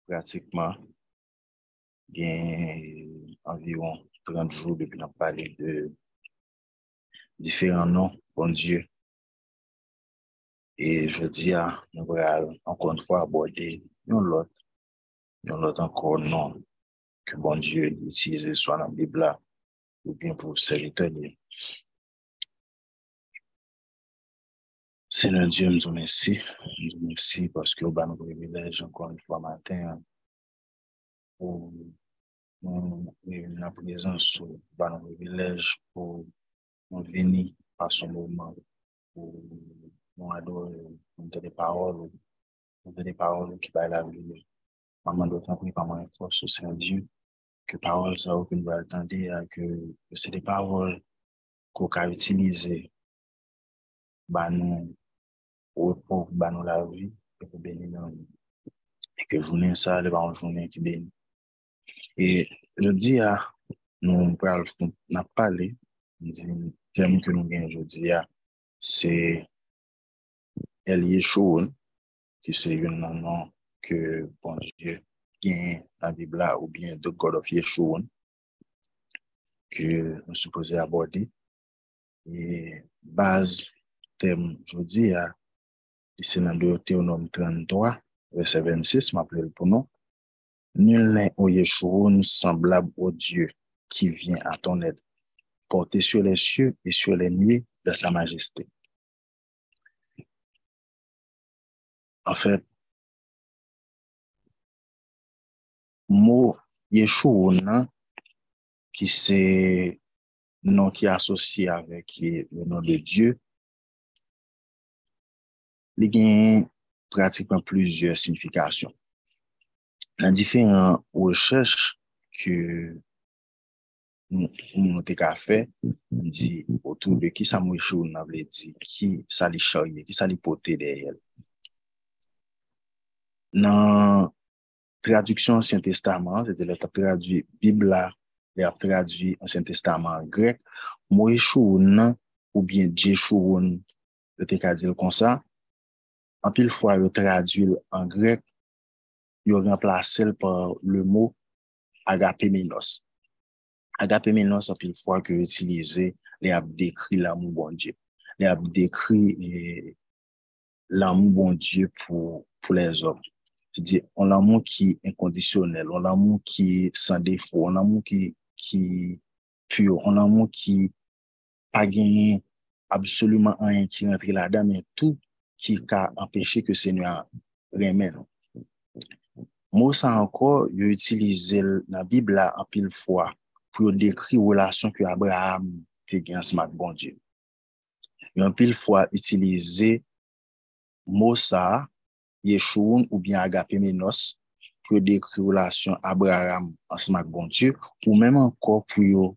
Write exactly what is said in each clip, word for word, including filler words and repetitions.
pratiquement bien environ trente jours depuis qu'on parlé de différents noms, bon Dieu. Et je dis à nous allons encore une fois aborder un autre, un autre encore nom que bon Dieu utilise soit dans la Bible ou bien pour serviteur. Seigneur Dieu, nous te remercie. Nous te remercie parce que vous avez nous privilège encore une fois matin pour nous la présence, vous avez nous privilège pour nous venir à ce moment, pour nous adorer, pour nous donner des paroles, pour nous donner des paroles qui va la vie. Maman d'autant plus par mon force au Seigneur Dieu, que paroles ça que nous va attendre, que, que c'est des paroles qu'on peut utiliser, bah nous, pour, pour bah nous la vie, et pour bénir nous. Et que journée ça, le bon journée qui bénit. Et je dis à nous, on a parlé, le thème que nous gagnons aujourd'hui, c'est El Yeshua, qui c'est un nom que bon Dieu gagne dans la Bible ou bien The God of Yeshua, que nous supposons aborder. Et base thème aujourd'hui, c'est dans Deutéronome trente-trois, verset vingt-six, m'appelle pour nous. Nul n'est au Yeshua semblable au Dieu qui vient à ton aide, porté sur les cieux et sur les nuées de sa majesté. En fait, mot Yeshua, qui c'est nom qui est associé avec le nom de Dieu, il y a pratiquement plusieurs significations. Dans différentes recherches que nous avons fait, on dit autour de qui ça m'a Yeshua, on avait dit qui ça lui charrier, qui ça lui porter derrière. Dans traduction Ancien Testament, c'est-à-dire le traduit Bible, le traduit Ancien Testament grec, Moïchoun ou bien Jeshoun, le te dire comme ça, en pile fois le traduit en grec, il remplacé par le mot agapemenos. Agapemenos, en pile fois que utilisé, les a décrit l'amour bon Dieu. Les a décrit l'amour bon Dieu pour, pour les hommes. C'est-à-dire, on l'amour qui est inconditionnel, on l'amour qui est sans défaut, on l'amour qui, qui est pur, on l'amour qui pas gagné absolument rien qui rentre là-dedans, mais tout qui a empêché que le Seigneur remède. Moi, ça encore, j'ai utilisé la Bible là en pile fois pour décrire la relation que Abraham a gagné avec bon Dieu. J'ai en pile fois utilisé mot ça, Yeshua ou bien Agapemenos pour décrire la relation Abraham ensemble avec bon Dieu, ou même encore pour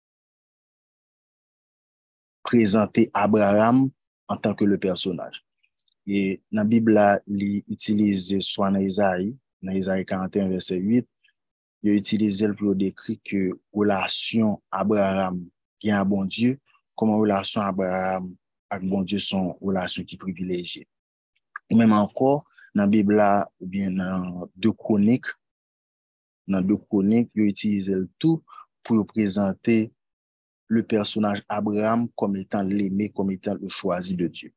présenter Abraham en tant que le personnage. Et dans la Bible, il utilise soit dans Isaïe, dans Isaïe quarante et un, verset huit, il utilise pour décrire que relation Abraham qui a bon Dieu, comment relation Abraham avec bon Dieu sont relations qui privilégiées. Ou même encore, dans la Bible, ou bien dans deux chroniques, dans deux chroniques, il utilise le tout pour présenter le personnage Abraham comme étant l'aimé, comme étant le choisi de Dieu.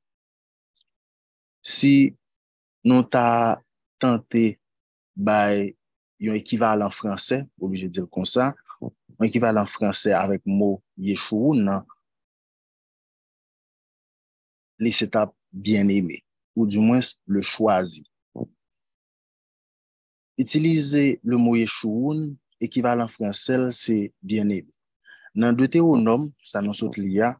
Si nous t'as tenté by un équivalent français, obligé de dire comme ça, un équivalent français avec le mot Yeshua, les étapes bien aimé, ou du moins le choisi. Utiliser le mot Yeshua, équivalent français, c'est bien aimé. Dans Deutéronome, ça nous saute l'I A,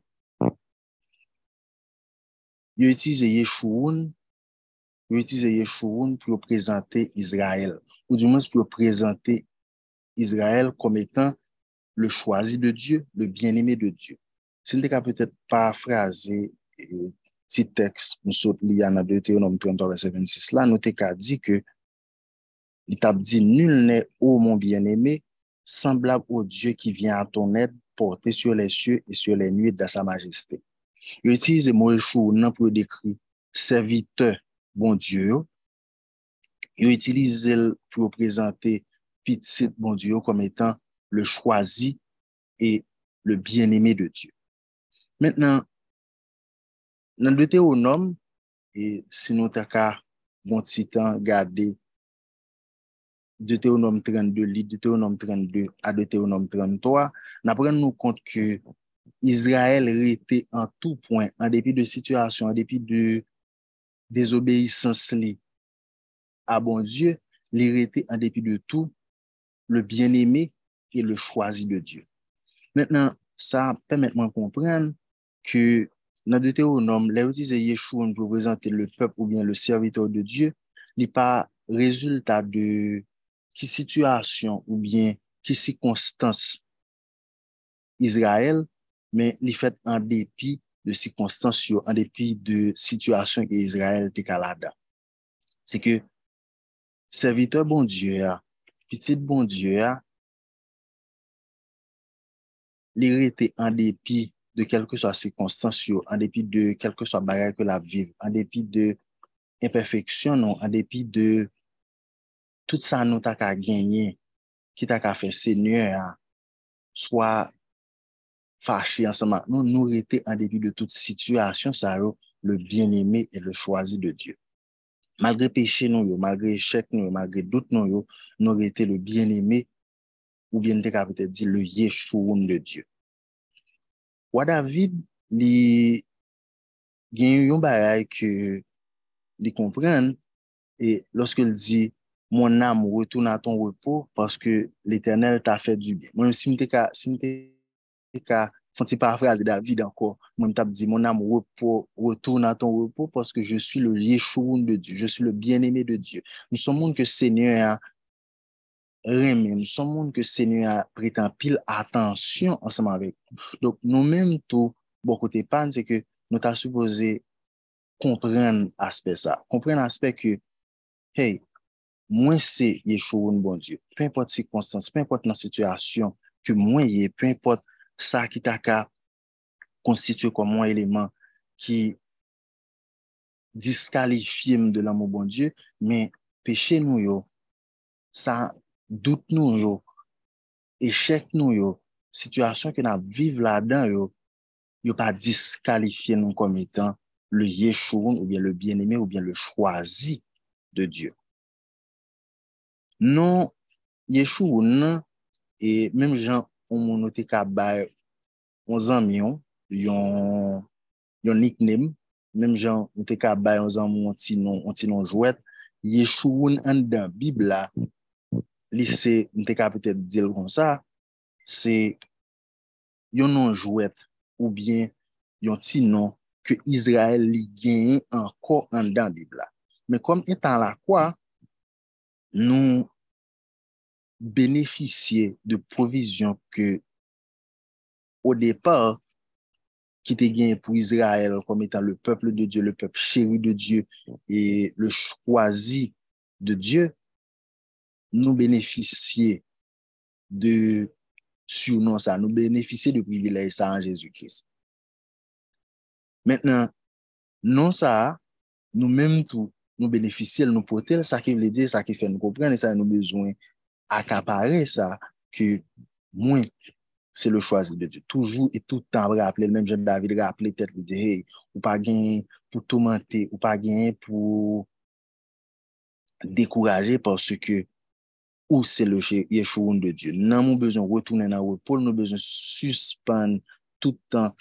il utilise Yeshua, il utilise Yeshua pour présenter Israël, ou du moins pour présenter Israël comme étant le choisi de Dieu, le bien-aimé de Dieu. S'il n'est peut-être paraphraser le petit texte, nous saute l'I A dans Deutéronome trente-trois, verset vingt-six, là, nous t'ai dit que il t'a dit, nul n'est, ô mon bien-aimé, semblable au Dieu qui vient à ton aide, porté sur les cieux et sur les nuées de sa majesté. Il utilise le mot Yeshua pour décrire serviteur, bon Dieu, Ils utilisent pour présenter petit bon Dieu comme étant le choisi et le bien-aimé de Dieu. Maintenant, dans le Deutéronome, et si nous avons bon petit temps garder Deutéronome trente-deux, lit Deutéronome trente-deux à Deutéronome trente-trois, nous apprenons compte que Israël était en tout point, en dépit de situation, en dépit de désobéissance à bon Dieu, il était en dépit de tout le bien-aimé et le choisi de Dieu. Maintenant, ça permet de comprendre que dans Deutéronome, les utiliser Yeshua pour présenter le peuple ou bien le serviteur de Dieu, n'est pas résultat de qui situation ou bien qui circonstance Israël, mais il fait en dépit de circonstances, en dépit de situation que Israël était calada. C'est que serviteur bon Dieu, petit bon Dieu, il était en dépit de quelque soit circonstance, en dépit de quelque soit bagage que la vive, en dépit de imperfection, non, en dépit de tout ça nous t'a qu'à gagner, qui t'a qu'à faire Seigneur, soit fâché ensemble avec nous, nous était en dépit de toute situation, ça le bien-aimé et le choisi de Dieu. Malgré péché nous, malgré échec nous, malgré doute nous, nous été le bien-aimé ou bien peut-être dit le Yeshua de Dieu. Wa David, li gen yon bagay que li comprenne et lorsqu'il dit mon âme retourne à ton repos parce que l'Éternel t'a fait du bien. Moi si m'te ka si m'te ka font ti paraphrase David encore, moi m't'a dit mon âme repos retourne à ton repos parce que je suis le Yeshua de Dieu, je suis le bien-aimé de Dieu. Nous sommes monde que Seigneur Rémi, nous sommes monde que Seigneur a prêté en pile attention ensemble avec nous. Donc, nous-mêmes, tout, bon côté pan, c'est que nous t'as supposé comprendre aspect ça. Comprendre aspect que, hey, moi, c'est Yeshua, bon Dieu. Peu importe circonstance, peu importe la situation que moi, y est, peu importe ça qui t'a qu'à constituer comme un élément qui disqualifie de l'amour, bon Dieu, mais péché nous, yo, ça doute nous, yo, échec nous yo, situation que nous vivons là-dedans yo, yo pas disqualifié nous comme étant le Yeshua ou bien le bien-aimé ou bien le choisi de Dieu. Non, Yeshua non, et même gens on noté ka ba onze millions, yon yon nickname, même gens on te ka ba onze mon ti non, on ti non jouet, Yeshua en dans Bible là, li c'est on te ka peut-être dire comme ça, c'est yon non jouet ou bien yon ti non que Israël li gagne encore en dans Bible là. Mais comme étant la quoi, nous bénéficier de provisions que au départ qui était gagné pour Israël comme étant le peuple de Dieu, le peuple chéri de Dieu et le choisi de Dieu, nous bénéficier de surnom ça, nous bénéficier de privilèges ça en Jésus-Christ. Maintenant, non ça, nous-mêmes tout, nous bénéficier, nous porter, ça qui veut dire, ça qui fait nous comprendre, et ça nous besoin accaparer ça, que moi, c'est le choisi de Dieu. Toujours et tout le temps, rappeler, le même Jean David rappeler, peut-être, il dit, hey, ou pas gagner pour tourmenter, ou pas gagner pour décourager parce que, ou c'est le Yeshua de Dieu. Nous avons besoin de retourner dans le repos, nous avons besoin de suspendre tout le temps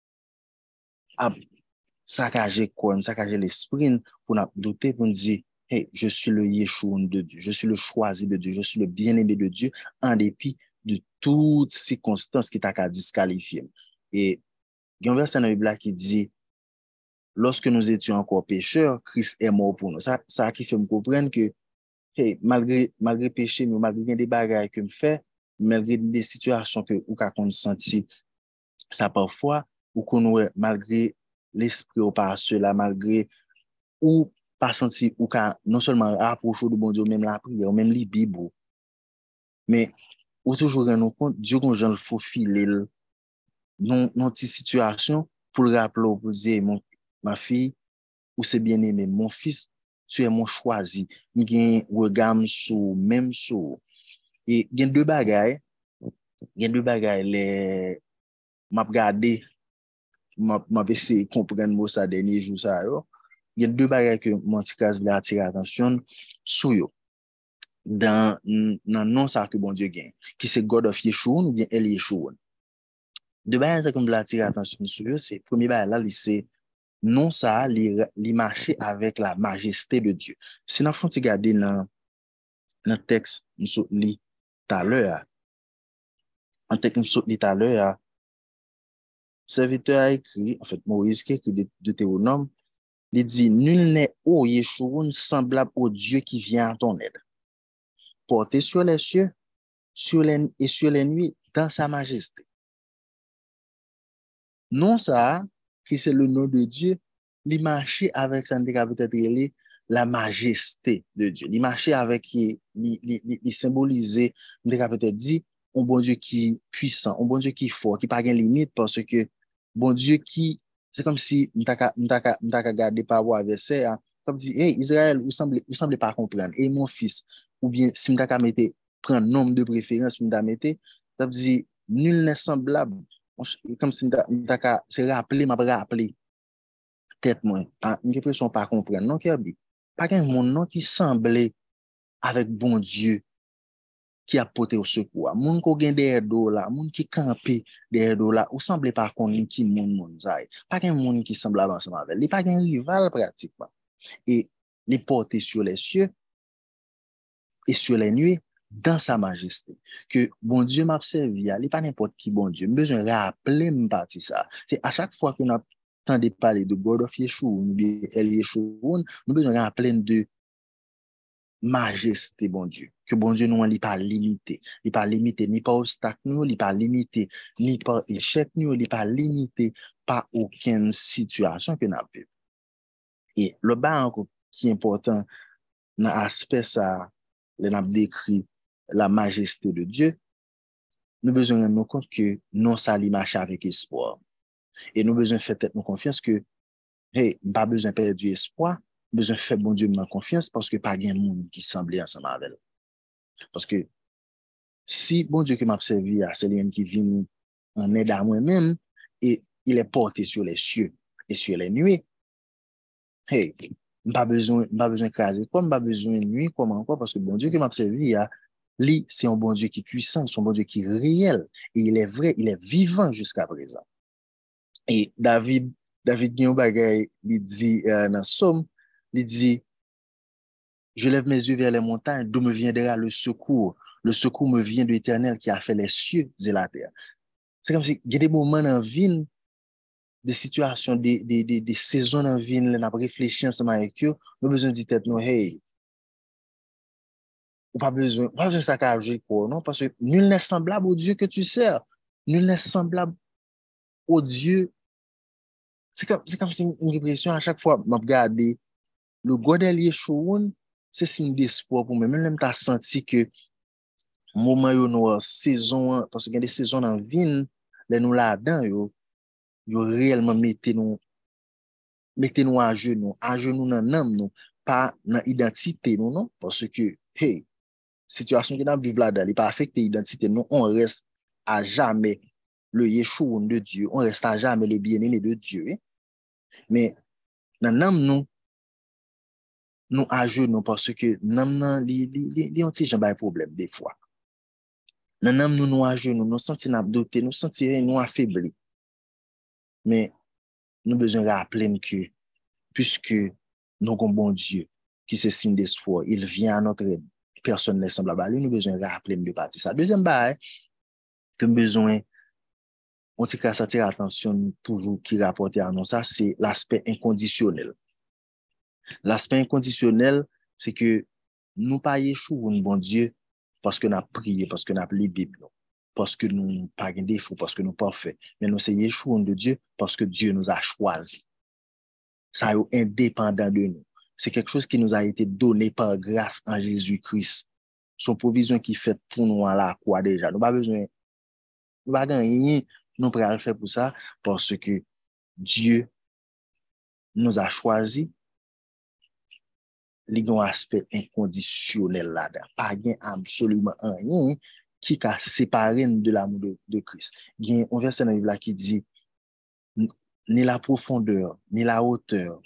à saccager quoi, saccager l'esprit pour nous douter, pour nous dire, hey, je suis le Yeshua de Dieu, je suis le choisi de Dieu, je suis le bien-aimé de Dieu, en dépit de toutes circonstances qui t'a qu'à disqualifier. Et il y a un verset dans la Bible qui dit, lorsque nous étions encore pécheurs, Christ est mort pour nous. Ça, ça qui fait me comprendre que, hey, malgré, malgré péché, mais malgré des bagages que me fait, malgré des situations que ou qu'a senti, ça parfois, ou qu'on malgré l'esprit ou pas cela, malgré ou pas senti ou qu'a non seulement rapproché de bon Dieu, même la prière, même les Bibles, mais ou toujours rendre compte, Dieu qu'on j'en faut filer non, non, petite situation pour le rappeler, pour dire, mon, ma fille, ou c'est bien aimé, mon fils, tu es mon choisi. Gen regard sou, même sou. Et gen deux bagailles, gen deux bagailles, les, m'a regardé, m'a m'a essayé comprendre mot ça dernier jour ça yo. Gen deux bagailles que mon petit cas voulait attirer attention sou yo. Dans dans non ça que bon Dieu gagne, qui c'est God of Yeshua ou bien El Yeshua. Deux bagailles que me voulait attirer attention sur yo, c'est premier bagaille là, c'est non ça li, li marcher avec la majesté de Dieu. Si nous font regarder dans dans texte nous li tout à l'heure, en texte nous li tout à l'heure, serviteur a écrit, en fait Moïse qui a écrit de Deutéronome, il dit nul n'est ô Yeshua semblable au Dieu qui vient à ton aide. Porté sur les cieux, sur les et sur les nuits dans sa majesté. Non ça qui c'est le nom de Dieu, il marcher avec sa peut-être la majesté de Dieu. Il marcher avec, il, il, il, il symboliser, on peut-être dit, un bon Dieu qui est puissant, un bon Dieu qui est fort, qui n'a pas de limite, parce que bon Dieu qui, c'est comme si, on t'a regardé par voie verset, comme dit, hey, Israël, vous semblez, vous semblez pas comprendre, et mon fils, ou bien, si on t'a mettre, prendre nombre de préférence, on t'a mettre, ça veut dire, nul n'est semblable, comme si on t'a rappelé, m'a rappelé, tête moi, une question pas comprendre, non, Kirby. Pas qu'un monde non qui semblait avec bon Dieu qui a porté au secours. Moun ko gen derrière do là, moun qui campé derrière do là, ou semble pas connaître qui moun moun zay. Pas qu'un monde qui semble ensemble avec. Il pas qu'un rival pratiquement. Et les porter sur les cieux et sur les nuées dans sa majesté. Que bon Dieu m'a servi, il pas n'importe qui bon Dieu. Besoin de rappeler me partie ça. C'est à chaque fois que nous entendons parler de God of Yeshua, ou bien El Yeshua, nous besoin de rappeler de majesté, bon Dieu. Que bon Dieu, nous, il n'est pas limité. Il n'est pas limité ni par obstacle, nous, il n'est pas limité ni par échec, nous, il n'est pas limité par aucune situation que nous avons. Et le bas qui est important dans l'aspect ça, nous avons décrit la majesté de Dieu, nous avons besoin de nous compte que non, ça lui marche avec espoir. Et nous avons besoin de faire nous confiance que, hey, pas besoin de perdre du espoir, besoin de faire bon Dieu me confiance parce que pas de monde qui semble ensemble avec elle. Parce que si bon Dieu qui m'a servi à celui qui vient en aide à moi-même et il est porté sur les cieux et sur les nuées, hey, pas besoin, pas besoin de craser, comme pas besoin de nuit, comme encore, parce que bon Dieu qui m'a servi à lui, c'est un bon Dieu qui est puissant, c'est un bon Dieu qui est réel et il est vrai, il est vivant jusqu'à présent. Et David, David Guillaume Bagay, il dit euh, dans Somme, il dit, je lève mes yeux vers les montagnes, d'où me viendra le secours. Le secours me vient de l'Éternel qui a fait les cieux et la terre. C'est comme si il y a des moments dans la vie, des situations, des, des, des, des saisons dans la vie, on a réfléchi ensemble avec eux, nous avons besoin de dire, non, hey, ou pas besoin, pas besoin de saccager quoi, non, parce que nul n'est semblable au Dieu que tu sers. Nul n'est semblable au Dieu. C'est comme, c'est comme si une répression à chaque fois, je regarde le Godel Yeshua, c'est signe d'espoir pour moi. Même si tu as senti que moment yo nou saison parce qu'il y a des saisons dans vie les nous là-dedans yo yo réellement mettez nous mettez nous à genoux à genoux dans nam nous pas dans identité nous non parce que hey situation qui dans vivre là-dedans il pas affecté identité nous on reste à jamais le Yeshua de Dieu on reste à jamais le bien-aimé de Dieu hein? Mais dans nam nous nous à genoux parce que nam nan li li li, li un petit jambe problème des fois. Nan nam nous nous à genoux, nous sentir n'a douter, nous sentir nous affaiblis. Mais nous besoin rappeler que puisque nous avons bon Dieu qui se signe d'espoir, il vient à notre aide. Personne ne semble à lui, nous besoin rappeler de partir ça. Deuxième bail que nous besoin on s'y attirer attention toujours qui rapporte à nous ça, c'est l'aspect inconditionnel. L'aspect inconditionnel, c'est que nous pas échouer un bon Dieu parce que nous avons prié, parce que nous avons lu la Bible, parce que nous n'avons pas de défaut, parce que nous pas fait. Mais nous sommes échoués de Dieu parce que Dieu nous a choisis. Ça est indépendant de nous. C'est quelque chose qui nous a été donné par grâce en Jésus-Christ. Son provision qui fait pour nous à la croix déjà. Nous n'avons pas besoin, nous n'avons pas rien, nous pouvons le faire pour ça parce que Dieu nous a choisis li gen un aspect inconditionnel là-dedans. Pas gen absolument rien qui a séparé de l'amour de, de Christ. Il y a un verset dans la Bible qui dit ni la profondeur, ni la hauteur.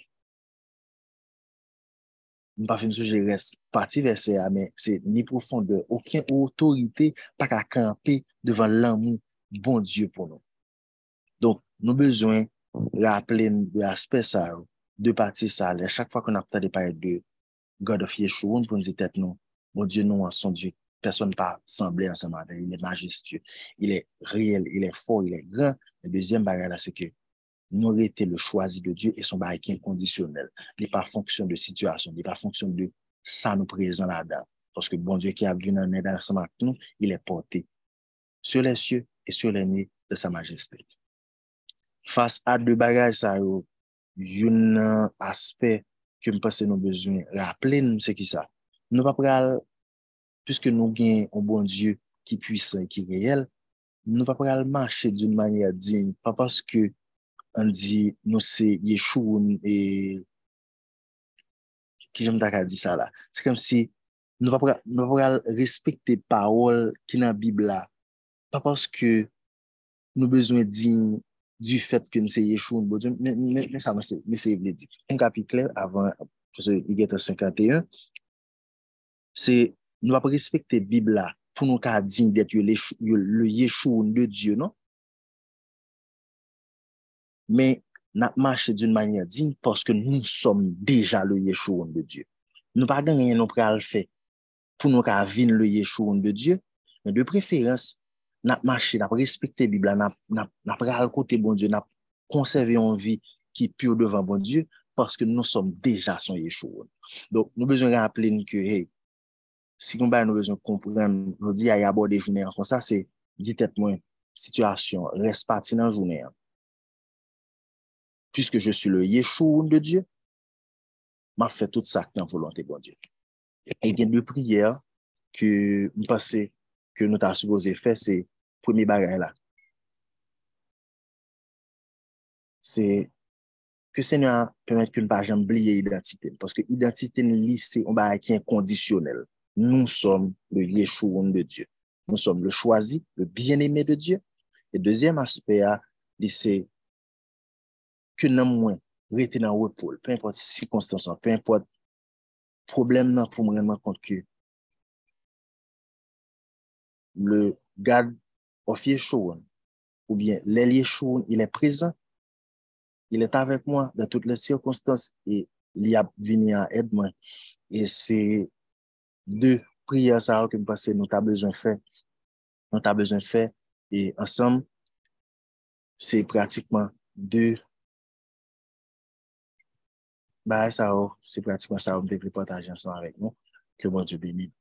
Je ne pas fin sujet reste partie verset, mais c'est ni profondeur, aucune autorité pas qu'à camper devant l'amour bon Dieu pour nous. Donc, nous avons besoin de rappeler de l'aspect ça, de partir ça. À chaque fois qu'on a peut-être parlé de God of Yeshua, pour nous dire tête nous, mon Dieu, nous, en son Dieu, personne ne peut sembler ensemble avec lui. Il est majestueux, il est réel, il est fort, il est grand. Le deuxième bagage là, c'est que nous avons été le choisi de Dieu et son bagage qui est inconditionnel. Il n'est pas fonction de situation, il n'est pas fonction de ça nous présent là-dedans. Parce que bon Dieu qui a venu en aide ensemble avec nous, il est porté sur les cieux et sur les nuits de sa majesté. Face à deux bagages, ça y a un aspect que je pense que nous avons besoin de rappeler, c'est qui ça? Nous pas pral, puisque nous avons un bon Dieu qui est puissant et qui est réel, nous pas pral marcher d'une manière digne, pas parce que on dit nous c'est Yeshua et qui j'aime t'as dit ça là. C'est comme si nous pas pral, nous pas pral respecter parole qui dans la Bible là, pas parce que nous besoin digne du fait que nous c'est Yeshua, mais, mais, mais ça, c'est, mais c'est veut dire. Un chapitre clair avant, parce qu'il est cinquante et un, c'est, nous pas respecter la Bible là, pour nous qu'à dire d'être le, le Yeshua de Dieu, non? Mais, nous marché d'une manière digne parce que nous sommes déjà le Yeshua de Dieu. Nous pas rien nous pral faire pour nous qu'à vivre le Yeshua de Dieu, mais de préférence, n'a marché, n'a respecté la Bible, n'a n'a n'a pral côté bon Dieu, n'a conservé une vie qui est pure devant bon Dieu parce que nous sommes déjà son Yeshua. Donc, nous besoin de rappeler que, hey, si nous avons besoin de comprendre, nous dit à aborder des journées comme ça, c'est, dit tête moi, situation, reste parti dans la journée. Puisque je suis le Yeshua de Dieu, m'a fait tout ça dans volonté de Dieu. Et il y a deux prières que nous pensons que nous avons supposé faire, c'est premier bagage là. C'est que Seigneur permette que nous ne pas jamais oublier l'identité. Parce que l'identité, c'est un bagage qui est inconditionnel. Nous sommes le Yeshua de Dieu. Nous sommes le choisi, le bien-aimé de Dieu. Et deuxième aspect, c'est que nous moins rester dans le repos, peu importe les circonstances, peu importe le problème, pour me rendre compte que le God of Yeshua, ou bien l'El Yeshua, il est présent, il est avec moi dans toutes les circonstances et il a venu à aide moi. Et c'est deux prières ça que parce que nous avons besoin de faire, nous avons besoin de faire et ensemble, c'est pratiquement deux, bah ça c'est pratiquement ça on devrait partager ensemble avec nous. Que bon Dieu bénisse.